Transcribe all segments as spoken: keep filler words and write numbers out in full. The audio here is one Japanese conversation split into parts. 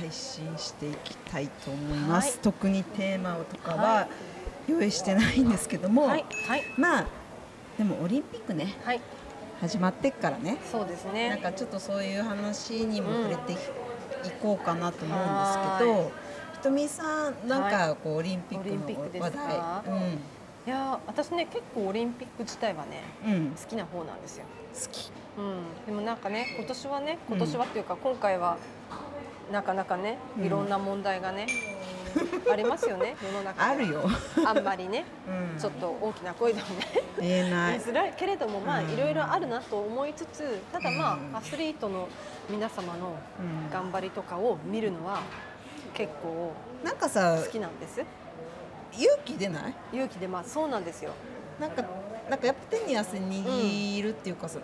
配信していきたいと思います、はい、特にテーマとかは用意してないんですけども、はいはい、まあでもオリンピックね、はい、始まってっからね、 そうですね、 なんかちょっとそういう話にも触れていこうかなと思うんですけど、うん、ひとみさんなんかこうオリンピックの話題、うん、 いや私ね結構オリンピック自体はね、うん、好きな方なんですよ。 好き、 うん、でもなんかね今年はね今年はっていうか、うん、今回はなかなかねいろんな問題がね、うん、ありますよね世の中あるよあんまりね、うん、ちょっと大きな声でもね言えない言いづらいけれども、まあいろいろあるなと思いつつ、ただまあ、うん、アスリートの皆様の頑張りとかを見るのは結構なんかさ好きなんです。 勇気出ない？ 勇気出ます。そうなんですよ。 なんかなんかやっぱ手に汗握るっていうかさ、うん、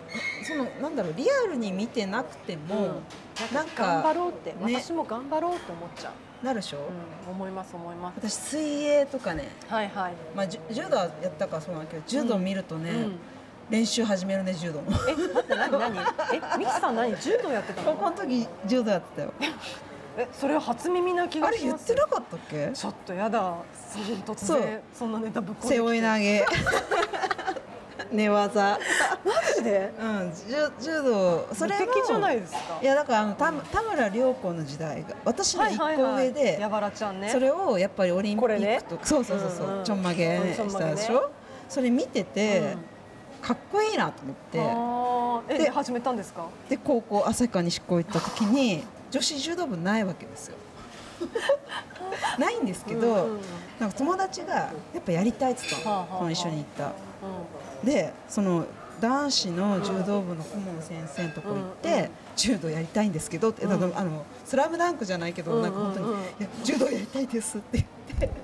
そのなんだろうリアルに見てなくても、うん、 なんか頑張ろうって、ね、私も頑張ろうと思っちゃう。 なるでしょ、 うん、思います思います。 私水泳とかね、 はいはい、 まあ、柔道やったからそうなんだけど柔道見るとね、うんうん、練習始めるね柔道の。 え待って何何えミキさん何柔道やってたの？ 高校の時柔道やってたよ。 えそれは初耳な気がします。 あれ言ってなかったっけ？ ちょっとやだ突然そんなネタぶっ込んできて。 背負い投げ寝技マジで？ うん、柔道それも敵じゃないですか。 いやだからあの田村涼子の時代が私の一個上で、 やばらちゃんね、 それをやっぱりオリンピックとか、ね、そうそうそうそう、うんうん、ちょんまげ、ね、したでしょ、それ見てて、うん、かっこいいなと思って、 あえで始めたんですか？ で高校旭川西高行った時に女子柔道部ないわけですよないんですけど、うんうん、なんか友達がやっぱやりたいって言ったの、はあはあはあ、一緒に行った、うん、でその男子の柔道部の顧問先生のとこ行って、うんうん、柔道やりたいんですけどって、うん、あのスラムダンクじゃないけど、うんうんうん、なんか本当にいや柔道やりたいですって言って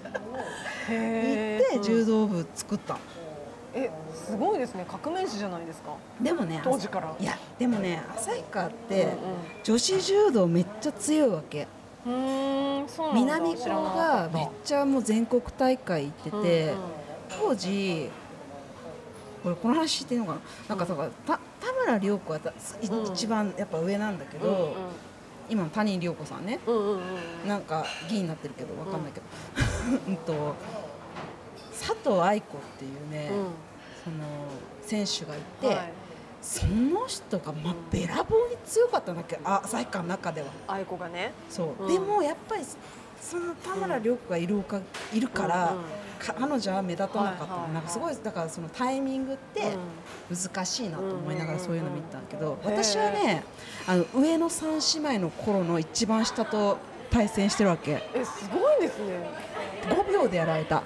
へ行って柔道部作ったの。 えすごいですね、革命児じゃないですか。 でもね当時からいやでもね旭川って女子柔道めっちゃ強いわけ。 うーんそうなんだ。 南高がめっちゃもう全国大会行ってて、うんうん、当時これこの話知ってるのかな、なんかさ、うん、た田村涼子は一番やっぱ上なんだけど、うんうん、今の谷涼子さんね、うんうんうん、なんか議員になってるけど分かんないけど、うん、と佐藤愛子っていうね、うん、その選手がいて、はい、その人がまあべらぼうに強かったんだけど、あ旭川の中では愛子がね、 そう、うん、でもやっぱりその田村涼子がいるか、いるから、うんうん、彼女は目立たなかった、はいはいはい、なんかすごいだからそのタイミングって難しいなと思いながらそういうの見たんだけど、私はねあの上の三姉妹の頃の一番下と対戦してるわけ。 えすごいですね。 ごびょうでやられた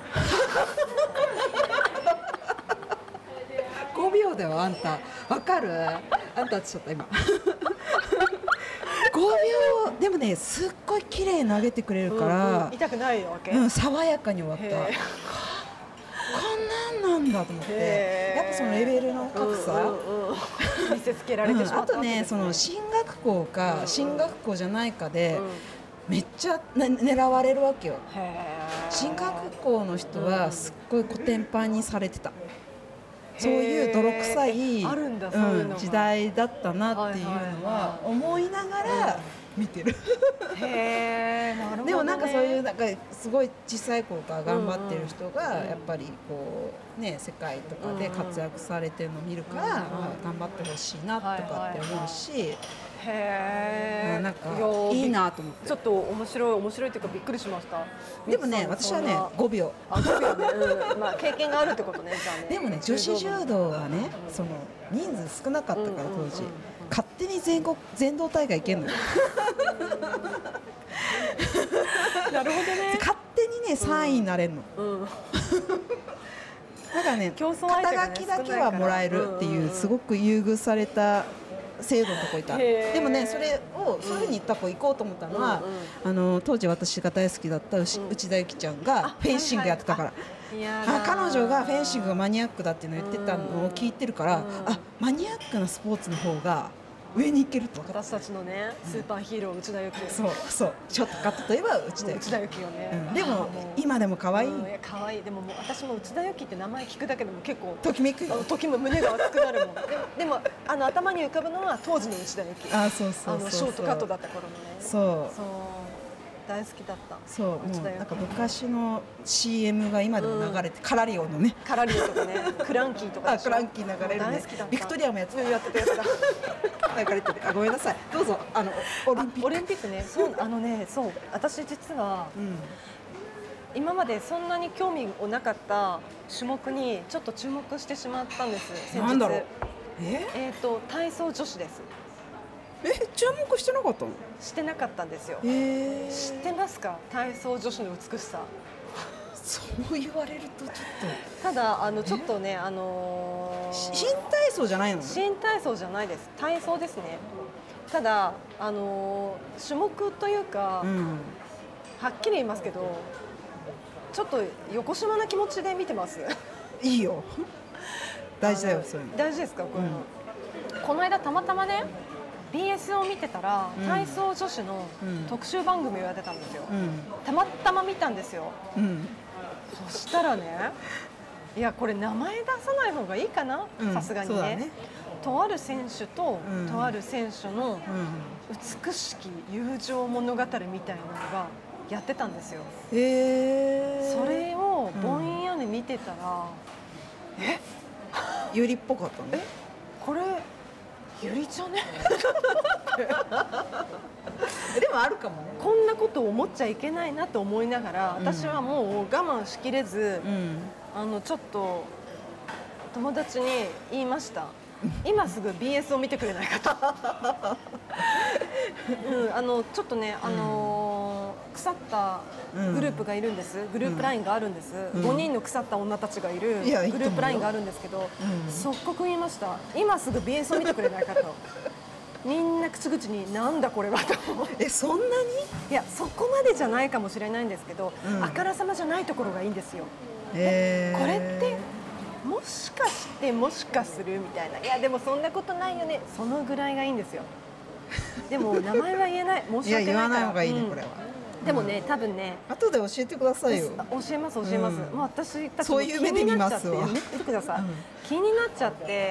ごびょうだよあんたわかる？あんたちょっと今ごびょうでもねすっごい綺麗に投げてくれるから、うんうん、 痛くないわけ、 うん、爽やかに終わった。こんなんなんだと思って、やっぱそのレベルの格差、うんうんうん、 見せつけられてしまったわけですね、 うん、あとねその進学校か進学校じゃないかで、うん、めっちゃ狙われるわけよ。進学校の人はすっごいコテンパンにされてた。そういう泥臭い、うん、時代だったなっていうのは思いながら見てる。へー、なるほどね。でもなんかそういうなんかすごい小さい頃から頑張ってる人がやっぱりこうね世界とかで活躍されてるのを見るから、まあ、頑張ってほしいなとかって思うし。へー、なんかいいなと思って。 ちょっと面白い面白いっていうかびっくりしました。 でもね私はねごびょう。 あごびょうね、うん、まあ経験があるってことねじゃあね。 でもね女子柔道はねその人数少なかったから当時勝手に全国全道大会行けんのよ。 なるほどね。 勝手にねさんいになれんの。うんうん、だからね肩書きだけはもらえるっていうすごく優遇された制度のとこいた。でもねそれをそういうふうに言った子行こうと思ったのは、うんうん、あの当時私が大好きだった内田有紀ちゃんがフェンシングやってたから、はいはい、あ彼女がフェンシングがマニアックだっていうのを言ってたのを聞いてるから、うん、あマニアックなスポーツの方が上に行けると。 私たちのねスーパーヒーロー内田有紀、 そうそうショートカットといえば内田有紀。 内田有紀よね、 うん、でも今でも可愛い。 うん、いや可愛い。でももう私も内田有紀って名前聞くだけでも結構ときめくよ。 ときも胸が熱くなるもん。でもでもあの頭に浮かぶのは当時の内田有紀。 あ、そうそうそうそう。 あのショートカットだった頃のね。 そう。 そう大好きだった。 そう、もうなんか昔の シーエム が今でも流れて、うん、カラリオのね、 カラリオとかね、クランキーとかでしょ。 クランキー流れるね。ビクトリアもやってた。 やってたやつだ。 流れてる。あ、ごめんなさい。どうぞ。あのオリンピック。 オリンピックね。そう、あのね、そう、私実は、うん、今までそんなに興味をなかった種目にちょっと注目してしまったんです。先日。 なんだろう。え？ えっと体操女子です。 え、注目してなかったの？ してなかったんですよ。 えー、 知ってますか？体操女子の美しさ。 そう言われるとちょっと。ただあのちょっとね、あのー、 新体操じゃないの？ 新体操じゃないです。体操ですね。ただあのー、種目というか、うん、はっきり言いますけど、ちょっと横島な気持ちで見てます。 いいよ。大事だよ、そういうの。 大事ですか、こういうの。うん、この間たまたまね。ビーエス を見てたら、うん、体操女子の特集番組をやってたんですよ、うん、たまたま見たんですよ、うん、そしたらね、いやこれ名前出さない方がいいかな、さすがに ね, ねとある選手と、うん、とある選手の美しき友情物語みたいなのがやってたんですよ、へー。それをぼんやり見てたら、うん、えゆりっぽかったね。 えこれゆりちゃんね。 でもあるかもね。 こんなことを思っちゃいけないなと思いながら、私はもう我慢しきれず、うん、あのちょっと友達に言いました。今すぐ ビーエス を見てくれないかと。うん、あのちょっとね、あのー、腐ったグループがいるんです。グループラインがあるんです。うん、ごにんの腐った女たちがいるグループラインがあるんですけど、うん、即刻言いました。今すぐ ビーエス を見てくれないかと。みんな口々になんだこれはと。 え、そんなに？ いや、そこまでじゃないかもしれないんですけど、うん、あからさまじゃないところがいいんですよ。えこれってもしかしてもしかするみたいな。いやでもそんなことないよね。そのぐらいがいいんですよ。でも名前は言えない。申し訳ないから。いや、言わない方がいいね、これは。でもね、多分ね。 後で教えてくださいよ。 教えます、教えます。もう私たちそういう目で見ますわ。 見てください。気になっちゃって。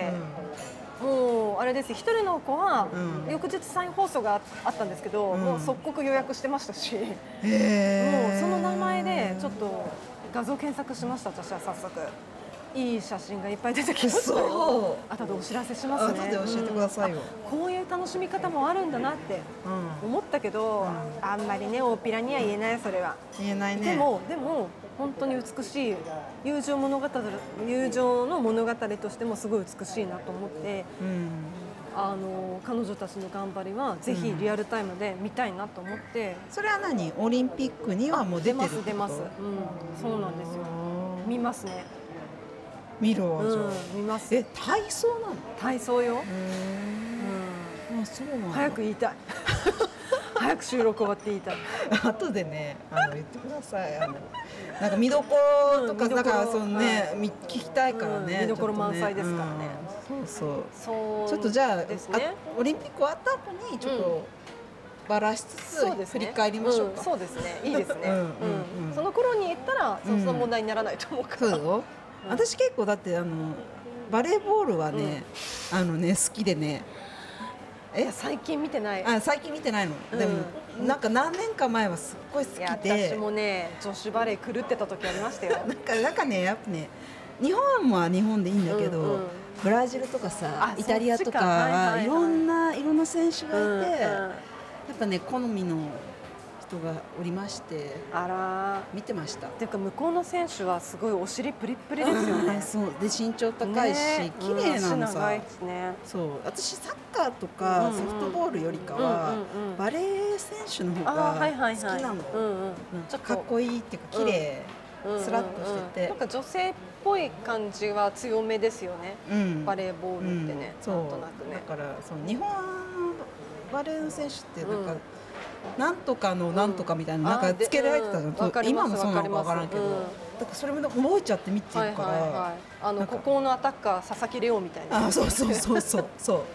もうあれです。一人の子は翌日再放送があったんですけど、もう即刻予約してましたし。もうその名前でちょっと画像検索しました。私は早速。いい写真がいっぱい出てきましたよ。後でお知らせしますね。 後で教えてくださいよ。 こういう楽しみ方もあるんだなって思ったけど、あんまりね大っぴらには言えない。それは言えないね。 でもでも本当に美しい友情物語、友情の物語としてもすごい美しいなと思って、あの彼女たちの頑張りはぜひリアルタイムで見たいなと思って。 それは何？オリンピックにはもう出てる？ 出ます出ます。うん、そうなんですよ。見ますね。 見るわ、じゃあ、 うん、見ます。 え、体操なの？ 体操よ。 うん、あ、そうなんだ。 早く言いたい。早く収録終わって言いたい。 後でね、あの言ってください。あのなんか見どころとか、なんかそのね、聞きたいからね。 見どころ満載ですからね。 そうそう。ちょっとじゃあ、オリンピック終わった後にちょっとバラしつつ振り返りましょうか。 そうですね。いいですね。その頃に言ったら、その問題にならないと思うから。 そう。私結構だってあのバレーボールはね、うん、あのね好きでね。 え、最近見てない。 あ、最近見てないの。うん、でもなんか何年か前はすっごい好きで。 私もね女子バレー狂ってた時ありましたよ。 なんかなんかねやっぱね日本は日本でいいんだけど、うんうん、ブラジルとかさイタリアとか、はいはいはい、いろんないろんな選手がいて、うんうん、やっぱね好みの人がおりまして、 あら見てました。 っていうか向こうの選手はすごいお尻プリプリですよね。 そうで身長高いし、ね、綺麗なのさ、 うん、ね、 そう私サッカーとかソフトボールよりかは、うんうん、バレー選手の方が好きなの。ちょっとかっこいいっていうか綺麗、うん、スラッとしてて、うんうん、 なんか女性っぽい感じは強めですよね、うん、バレーボールってね、うん、なんとなくね。 だからその日本バレーの選手ってなんか、うん、なんとかのなんとかみたいな、なんかつけられてたの、うん、今もそうなのか分からんけど、うん、だからそれも覚えちゃって見てるから、 はいはいはい、あの孤高のアタッカー佐々木玲央みたいな。 あ、そうそうそうそうそう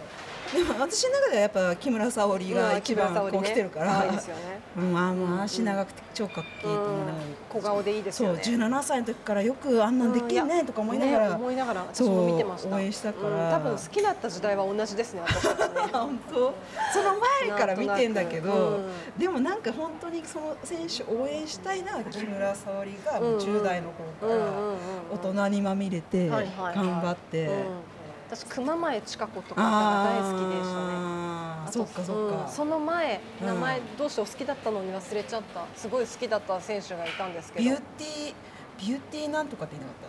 でも私の中ではやっぱ木村沙織が一番こう来てるから、 いいですよね。 うん、あもう足長くて超かっけえと思いながら、 小顔でいいですよね。 そうじゅうななさいの時からよくあんなんできんねとか思いながら、 思いながら私も見てました。 応援したから、 多分好きだった時代は同じですね、私たちね。 本当その前から見てんだけど、でもなんか本当にその選手応援したいな。木村沙織がもうじゅう代の頃から大人にまみれて頑張って、 私熊前千佳子とかが大好きでしたね。 そっかそっか。 その前名前どうしてお好きだったのに忘れちゃった。すごい好きだった選手がいたんですけど。 ビューティービューティーなんとかって言いなかった。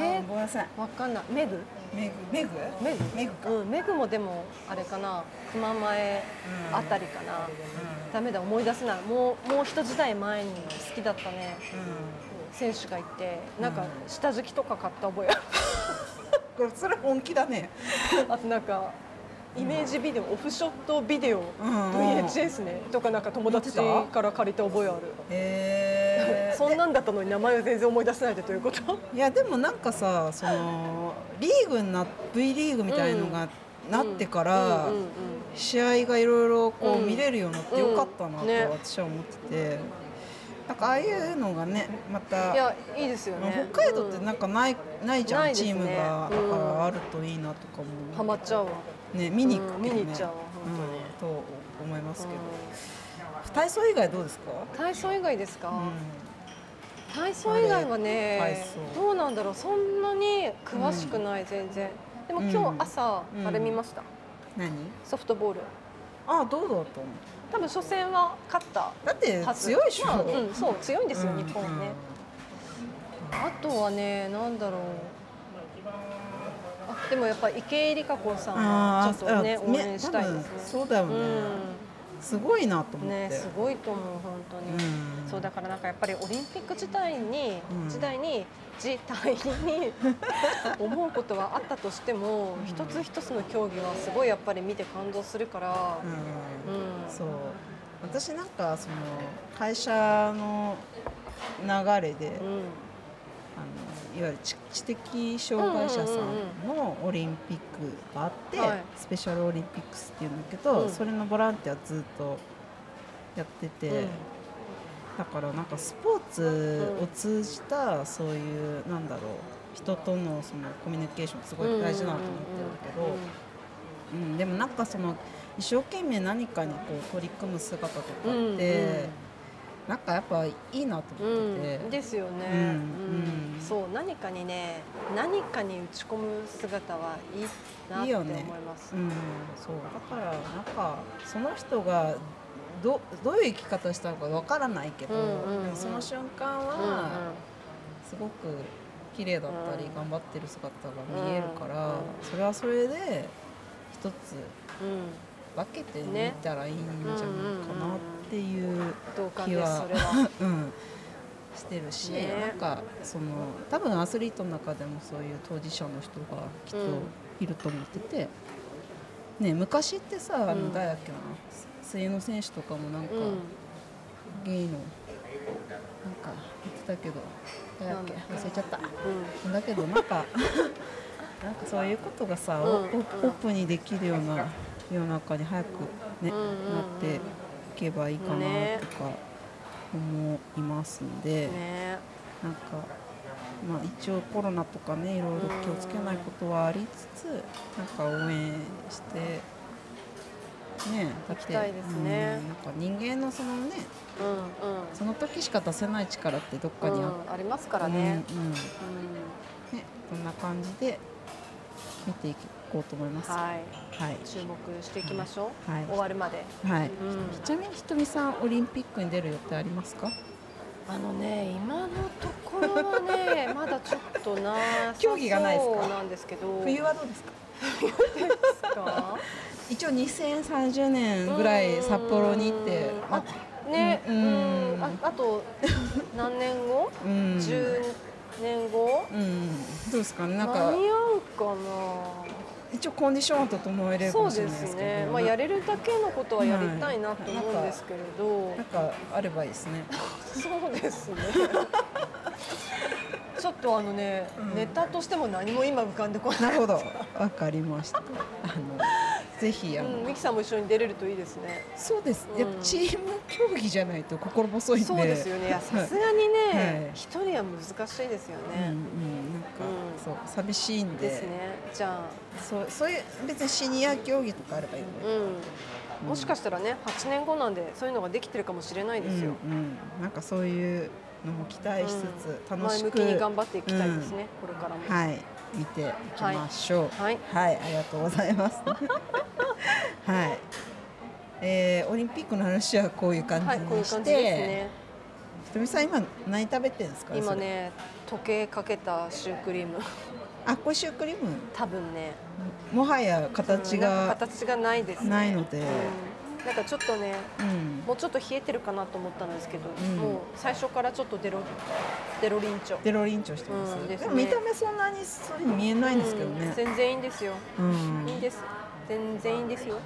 えー、ごめんなさい。 わかんない。メグ？ メグ？メグ？ メグ？ メグか。 うん、メグもでもあれかな。熊前あたりかな。ダメだ、思い出せない。もうもう一時代前に好きだったね。選手がいて、なんか下敷きとか買った覚えある。 これそれ本気だね。 あとなんかイメージビデオ、オフショットビデオ ブイエイチエス ねとかなんか友達から借りた覚えある。へえ。そんなんだったのに名前は全然思い出せないでということ？ いやでもなんかさ、そのリーグにな V リーグみたいのがなってから試合がいろいろこう見れるようになってよかったなと私は思ってて。なんかああいうのがねまたいやいいですよね。 北海道ってなんかないないじゃん、チームがだからあるといいなとかもハマっちゃうわね、見に行く見に行っちゃうわ本当にと思いますけど、体操以外どうですか？ 体操以外ですか？体操以外はねどうなんだろう、そんなに詳しくない全然。でも今日朝あれ見ました。 何？ ソフトボール。 ああ、どうだったの？ 多分初戦は勝ったはず。 だって強いでしょ。 うん、そう強いんですよ日本はね。あとはね、なんだろう。あ、でもやっぱり池江璃花子さんはちょっとね応援したいですね。 そうだよね。すごいなと思って。 ね、すごいと思う本当に。そうだからなんかやっぱりオリンピック時代に時代に自体に思うことはあったとしても、一つ一つの競技はすごいやっぱり見て感動するから。 そう。私なんかその会社の流れで、あのいわゆる知的障害者さんのオリンピックがあって、スペシャルオリンピックスっていうんだけど、それのボランティアずっとやってて。だからなんかスポーツを通じたそういうなんだろう人とのそのコミュニケーションすごい大事だなと思ってるんだけど、うん、でもなんかその一生懸命何かにこう取り組む姿とかってなんかやっぱいいなと思ってて、 うん、ですよね、うんうん、そう何かにね何かに打ち込む姿はいいなって思います。 いいよね、うん、そうだからなんかその人がど, どういう生き方したのかわからないけど、その瞬間はすごく綺麗だったり頑張ってる姿が見えるから、それはそれで一つ分けてみたらいいんじゃないかなっていう気はしてるし、なんかその多分アスリートの中でもそういう当事者の人がきっといると思ってて、ね、昔ってさあの誰だっけな水泳の選手とかもなんか、うん、ゲイのなんか言ってたけど誰だっけ忘れちゃった、うん、だけどなんかなんかそういうことがさ、うん、オープンにできるような世の中に早く、ね、うんうんうん、なっていけばいいかなとか思いますので、ね、なんか、まあ、一応コロナとかねいろいろ気をつけないことはありつつなんか応援してね、 行きたいですね、 うん、なんか人間のそのね、うんうん、その時しか出せない力ってどっかに あ,、 うん、ありますからね、 うんうんうん、ね、こんな感じで見ていこうと思います。 はい、はい、注目していきましょう、はい、終わるまで。 はい、うん、ちなみにひとみさんオリンピックに出る予定ありますか？ あのね今のところはねまだちょっとな競技がないですか？ そうなんですけど。冬はどうですか？ 冬ですか？ 一応にせんさんじゅうねんぐらい札幌に行ってあね、うん、あ, あと何年後？うん、じゅうねんご？うん、 どうですかね、なんか間に合うかな。 一応コンディションを整えれるかもしれないですけど、 そうですね、まあ、やれるだけのことはやりたいなと思うんですけれど、 なんかあればいいですね。 そうですねちょっとあのね、うん、ネタとしても何も今浮かんでこない。 なるほど、わかりました。あのぜひあの、 うん、ミキさんも一緒に出れるといいですね。 そうです。やっぱチーム競技じゃないと心細いんで。 そうですよね。さすがにね、一、はい、人は難しいですよね。うん、うん、なんか、 うん、そう寂しいんで。 ですね。じゃあ、そうそういう別にシニア競技とかあればいいので。うんもしかしたらねはちねんごなんでそういうのができてるかもしれないですよ、 うんうん、なんかそういうのも期待しつつ、うん、楽しく前向きに頑張っていきたいですね、うん、これからもはい見ていきましょうはい、はい、ありがとうございますはい、えー、オリンピックの話はこういう感じにして、はい、こういう感じですね。ひとみさん今何食べてるんですか？ 今ね溶けかけたシュークリームあ、これシュークリーム多分ねもはや形が、 うん、形がないですねないので、 うん、なんかちょっとね、うん、もうちょっと冷えてるかなと思ったんですけど、うん、もう最初からちょっとデロデロリンチョデロリンチョしてます、うん、ですね、でも見た目そんなにそういうに見えないんですけどね、 うん、全然いいんですよ、うん、いいんです全然いいんですよ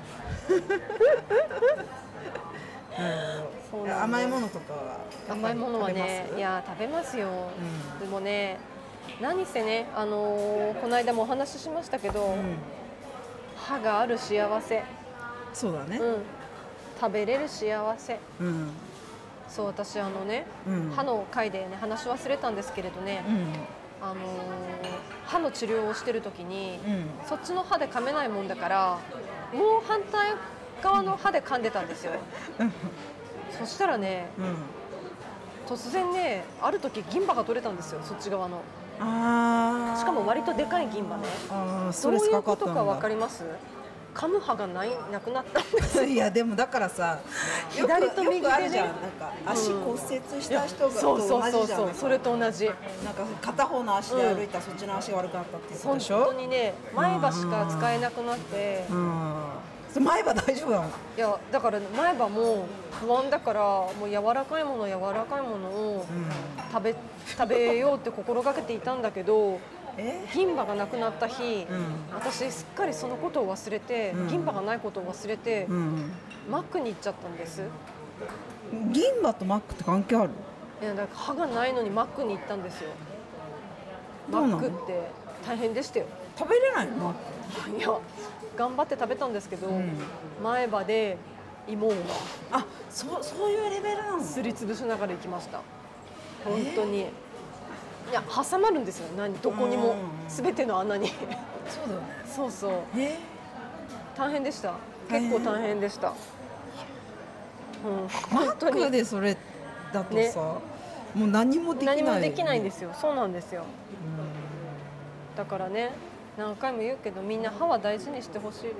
うん、甘いものとかは甘いものはねいや食べますよ、うん、でもね何せね、あのー、この間もお話ししましたけど、うん、歯がある幸せそうだね、うん、 食べれる幸せ、うん、そう私あのね、うん、歯の回でね話し忘れたんですけれどね、うん、あのー、歯の治療をしてる時に、うん、そっちの歯で噛めないもんだからもう反対側の歯で噛んでたんですよ、うん、そしたらね、うん、突然ねある時銀歯が取れたんですよそっち側の。あしかも割とでかい銀歯ね。あどういうことか分かります？噛む歯がないなくなったんですいやでもだからさ左と右で、ね、あるじゃんなんか足骨折した人が、うん、 そうそうそうそうそれと同じなんか片方の足で歩いた、うん、そっちの足が悪くなったっていうことでしょ。 本当にね前歯しか使えなくなって、うんうん、前歯大丈夫なの？ いやだから前歯も不安だからもう柔らかいもの柔らかいものを食べ、うん、食べようって心がけていたんだけど銀歯がなくなった日、うん、私すっかりそのことを忘れて、うん、銀歯がないことを忘れて、うん、マックに行っちゃったんです。 銀歯とマックって関係ある？ いやだから歯がないのにマックに行ったんですよ。マックって大変でしたよ。 食べれないの？マックいや頑張って食べたんですけど、うん、前歯で芋をあそそういうレベルなの？ すりつぶしながら行きました。本当に。えーいや挟まるんですよ何どこにも全ての穴にそうだよねそうそうえ大変でした結構大変でした、 うん、本当にマックでそれだとさ、ね、もう何もできない、ね、 何もできないんですよそうなんですよだからね何回も言うけどみんな歯は大事にしてほしいです。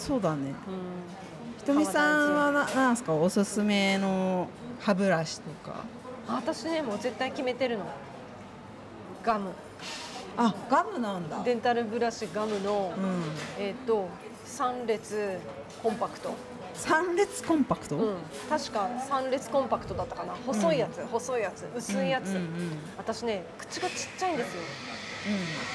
そうだね、うん、ひとみさんはななんですかおすすめの歯ブラシとか。 私ねもう絶対決めてるのガム。 あ、ガムなんだ。 デンタルブラシガムの、うん、えっと三列コンパクト。 三列コンパクト？うん、 確か三列コンパクトだったかな。細いやつ、うん、細いやつ、薄いやつ、うんうんうん。私ね口がちっちゃいんですよ。うん、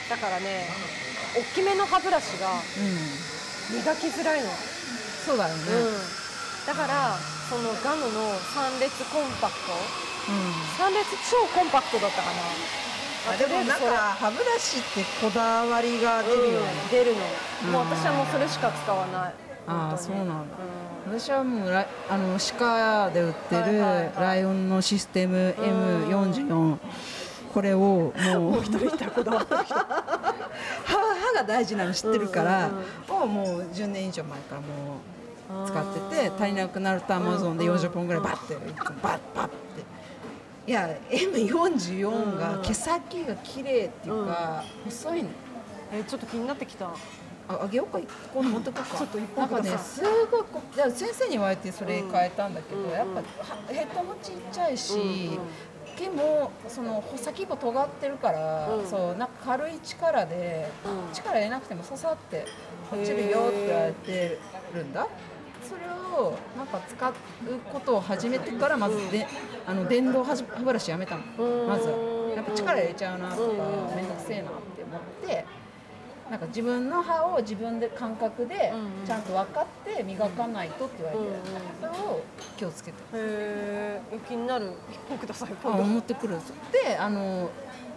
だからね大きめの歯ブラシが磨きづらいの。 そうだよね。うん、 だからそのガムの三列コンパクト、うん、三列超コンパクトだったかな。 あでもなんか歯ブラシってこだわりが出るよね、 うん、出るのもう私はもうそれしか使わない。 ああそうなんだ、うん、私はもうあの歯科で売ってるライオンのシステム エムよんじゅうよん これをもうもう一人いたこだわってる人歯, 歯が大事なの知ってるから、うんうんうん、もうじゅうねん以上前からもう使ってて足りなくなるとアマゾンでよんじゅっぽんぐらいバッてバッバッていや エムよんじゅうよん が毛先が綺麗っていうか、うん、細いの。 えちょっと気になってきた。 ああげようか今度持ってこうか。 ちょっと一本ください。 なんかねすごいこ先生に言われてそれ変えたんだけど、うん、やっぱヘッドもちっちゃいし、うんうん、毛もその先も尖ってるから、うん、そうなんか軽い力で、うん、力入れなくてもささって落ちるよって言われてるんだ。それをなんか使うことを始めてからまずで、うん、あの電動歯ブラシやめたの。まずやっぱ力入れちゃうなとか面倒くせえなって思ってなんか自分の歯を自分で感覚でちゃんと分かって磨かないとって言われて、それを気をつけて。 へえ気になる。一本ください。今度持ってくるであの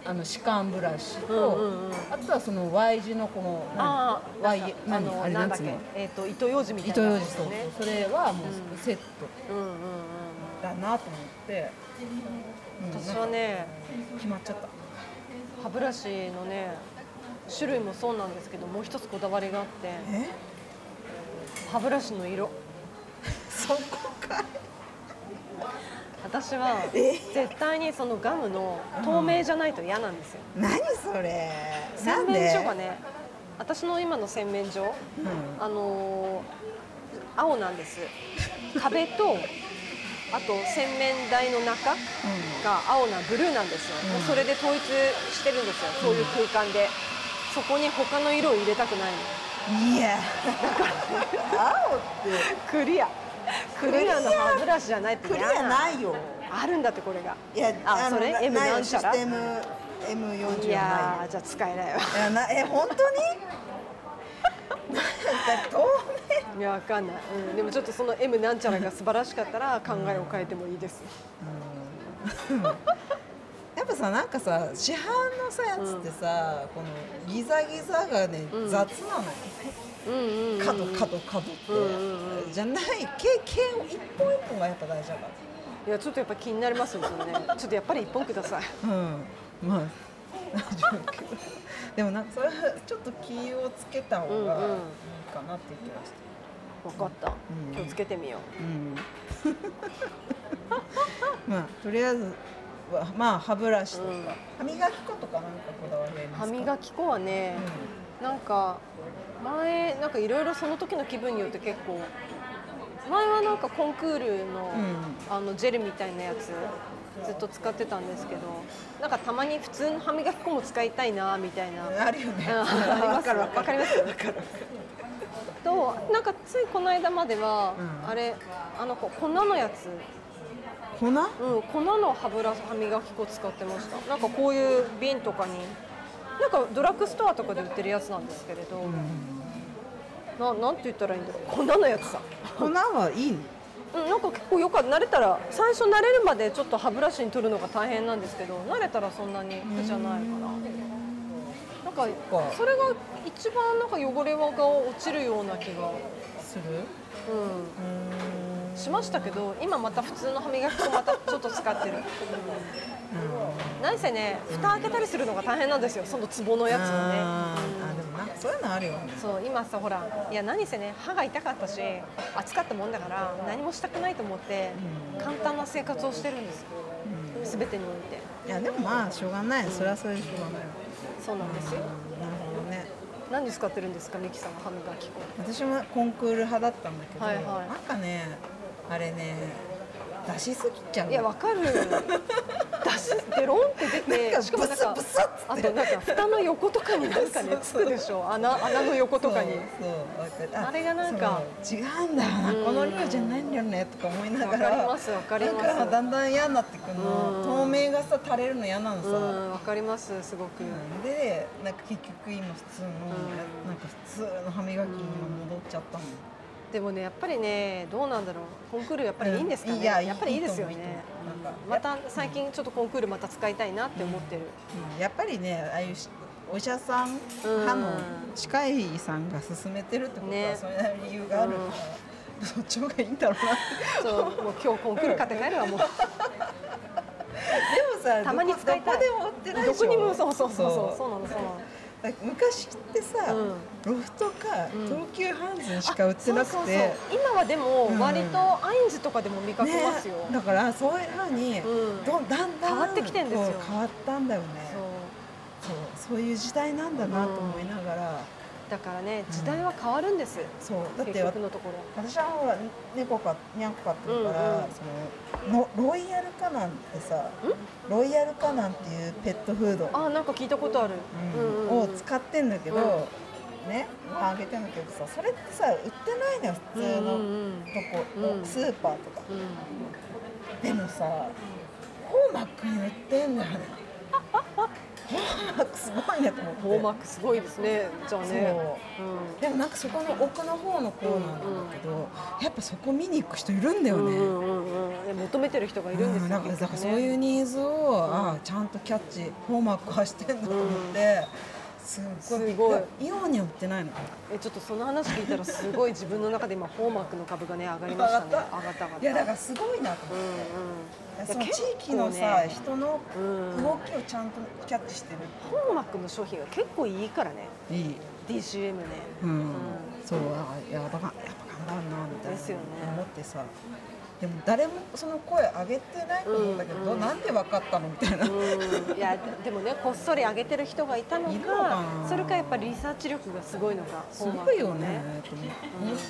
あの歯間ブラシと、 うんうんうん、 あとはその Y 字のこのああ Y 何あれなんつうの、 えっと糸ようじみたいな、 糸ようじ、そうそれはもうセットだなと思って、 私はね決まっちゃった。 歯ブラシのね種類もそうなんですけど、もう一つこだわりがあって、 え歯ブラシの色。 そこかい。 私は絶対にそのガムの透明じゃないと嫌なんですよ。 うん、何それ。 洗面所がね、私の今の洗面所、うん、あのー、青なんです。壁とあと洗面台の中が青なブルーなんですよ、うん、それで統一してるんですよ、そういう空間で。そこに他の色を入れたくないの。 いやだから、ね、青ってクリアクリアの歯ブラシじゃないって嫌な。クリアないよ。 あるんだってこれが。 いや、 あ、それ M なんちゃら。 システム エムよんじゅういやじゃあ使えないわ。 いやなえ本当に？透明。 いやわかんない、うん。でもちょっとその M なんちゃらが素晴らしかったら考えを変えてもいいです。 うんやっぱさ、なんかさ、市販のさやつってさ、うん、このギザギザがね、うん、雑なのよ。角角角って、うんうん、じゃない毛毛を一本一本がやっぱ大事だから。 いやちょっとやっぱ気になりますよね。ちょっとやっぱり一本ください。 うん、まあ大丈夫けど。でもなんかそれちょっと気をつけた方がいいかなっていう気がして。 分かった、うん、気をつけてみよう。うん、 まあとりあえず。まあ歯ブラシとか、うん、歯磨き粉とかなんかこだわりありますか？歯磨き粉はね、うん、なんか前なんかいろいろその時の気分によって結構前はなんかコンクールの、うん、あのジェルみたいなやつずっと使ってたんですけど、なんかたまに普通の歯磨き粉も使いたいなみたいな。 あるよね。 あります。わかります。となんかついこの間までは、うん、あれあの粉のやつ。 粉？うん、 粉の歯ブラシ歯磨き粉使ってました。なんかこういう瓶とかになんかドラッグストアとかで売ってるやつなんですけれど、うん、ななんて言ったらいいんだろう、粉のやつさ。 粉はいいの？ うん、なんか結構よく慣れたら、最初慣れるまでちょっと歯ブラシに取るのが大変なんですけど、慣れたらそんなに苦じゃないかな。なんかそれが一番なんか汚れが落ちるような気がする。 うん。しましたけど、今また普通の歯磨き粉またちょっと使ってる。うん、何せね、蓋開けたりするのが大変なんですよ、その壺のやつをね。 あ、でもなんかそういうのあるよね。 そう、今さほら、いや何せね、歯が痛かったし暑かったもんだから何もしたくないと思って、うん、簡単な生活をしてるんですよ、すべ、うん、てにおいて。 いやでもまあしょうがない、うん、それはそれでしょうがない。 そうなんですよ。 うん、なるほどね。 何使ってるんですか、ミキさんは歯磨き粉。 私もコンクール派だったんだけど、はいはい、なんかね、あれね、出しすぎちゃう。 いやわかる。出しデロンって出て、しかもなんかあとなんか蓋の横とかになんかねつくでしょ。穴穴の横とかに。そうそう、あれがなんか違うんだな、この量じゃないんだよねとか思いながら。 わかりますわかります。 なんかだんだん嫌になってくるの。透明がさ垂れるの嫌なのさ。 わかりますすごく。 でなんか結局今普通のなんか普通の歯磨きに戻っちゃったの。 でもね、やっぱりね、どうなんだろう、コンクールやっぱりいいんですかね、うん、やっぱりいいですよね。また最近ちょっとコンクールまた使いたいなって思ってる、 うんうん、やっぱりね、ああいうお医者さん、歯の歯科医さんが勧めてるってことは、ね、それなりに理由があるから、うん、そっちの方がいいんだろうなって。 そう、もう今日コンクール買って帰るわもう。でもさ、 たまに使いたい。 どこでも売ってないでしょ。 どこにもそうそうそうそうそうなのそうなの。 昔ってさ、うん、ロフトか東急ハンズにしか売ってなくて、そうそうそう、 今はでも割とアインズとかでも見かけますよ、 ね、だからそういうふうに、うん、どだんだん変わってきてんですよ。 変わったんだよね。そう、そう、そういう時代なんだなと思いながら、 うん、だからね、時代は変わるんです、うん、 そうだって結局のところ。 私はほら猫かニャンコ飼ってるから、うんうん、そののロイヤルカナンってさ、ロイヤルカナンっていうペットフード、 あ、なんか聞いたことある、 うん、を使ってんだけど、うん、ね、あげてんだけどさ、それってさ売ってないのよ、普通のとこ、うんうん、スーパーとか、うん、でもさホーマックに売ってんだよね。 ホーマックすごいねと思って。 ホーマックすごいですね。じゃあね。 うん、でもなんかそこの奥の方のコーナーなんだけど、うんうん、やっぱそこ見に行く人いるんだよね。うんうんうん、求めてる人がいるんですよ、 うん、だからだからそういうニーズを、うん、あちゃんとキャッチホーマックはしてんだと思って。うん、すごい。すごい。イオンには売ってないの。 え、ちょっとその話聞いたらすごい自分の中で今ホーマックの株がね上がりましたね。上がった上がった。 いやだからすごいなと思って。うんうん、その地域のさ、ね、人の動きをちゃんとキャッチしてる。 ホーマックの商品が結構いいからね。 いい。 ディーシーエム ね。 うん。うん、そうあやっぱやっぱ頑張るなみたいな。 ですよね。 思ってさ。でも誰もその声上げてないと思うんだけど、うんうん、なんで分かったのみたいな、 うん、いやでもねこっそり上げてる人がいたの か, のかそれかやっぱりリサーチ力がすごいのかすごいよねと思って、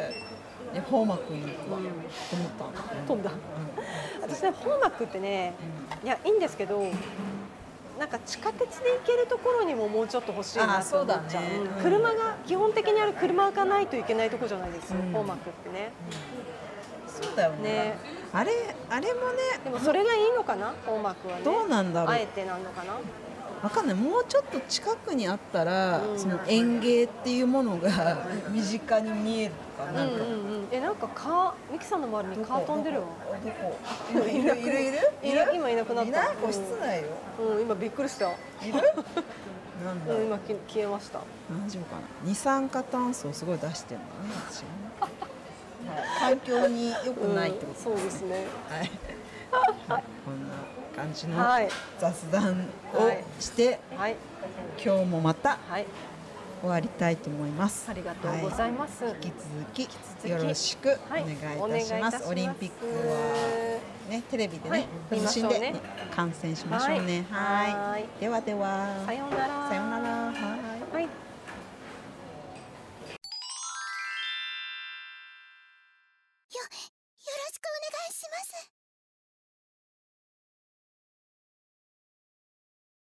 うん、ホーマックに行くわ、うん、と思った飛んだ、うん、私ねホーマックってね、うん、いやいいんですけどなんか地下鉄で行けるところにももうちょっと欲しいなと思っちゃう、ねうん、車が基本的にある車がないといけないところじゃないですよ、うん、ホーマックってね、 うん、そうだよ ね, ねあれあれもねでもそれがいいのかなホーマックはねどうなんだろうあえてなんのかなわかんないもうちょっと近くにあったら、うん、その園芸っていうものが身近に見えるとかなんか、うんうんうん、 えなんかカーミキさんの周りにカー飛んでるわどこいるいるいるいる今いなくなったいない個室内よ、 うん、今びっくりしたいるなんだ、 うん、今消えました大丈夫かな二酸化炭素をすごい出してるのね私はね環境に良くないってことですね、 うん、そうですねはいはい、こんな感じの雑談をして、はいはい、今日もまた終わりたいと思います。 ありがとうございます。 はい、引き続きよろしくお願いいたします。はい、オリンピックはねテレビでね楽しんで観戦しましょうね。はい、はいではではさようなら。 さようなら。はい。 はい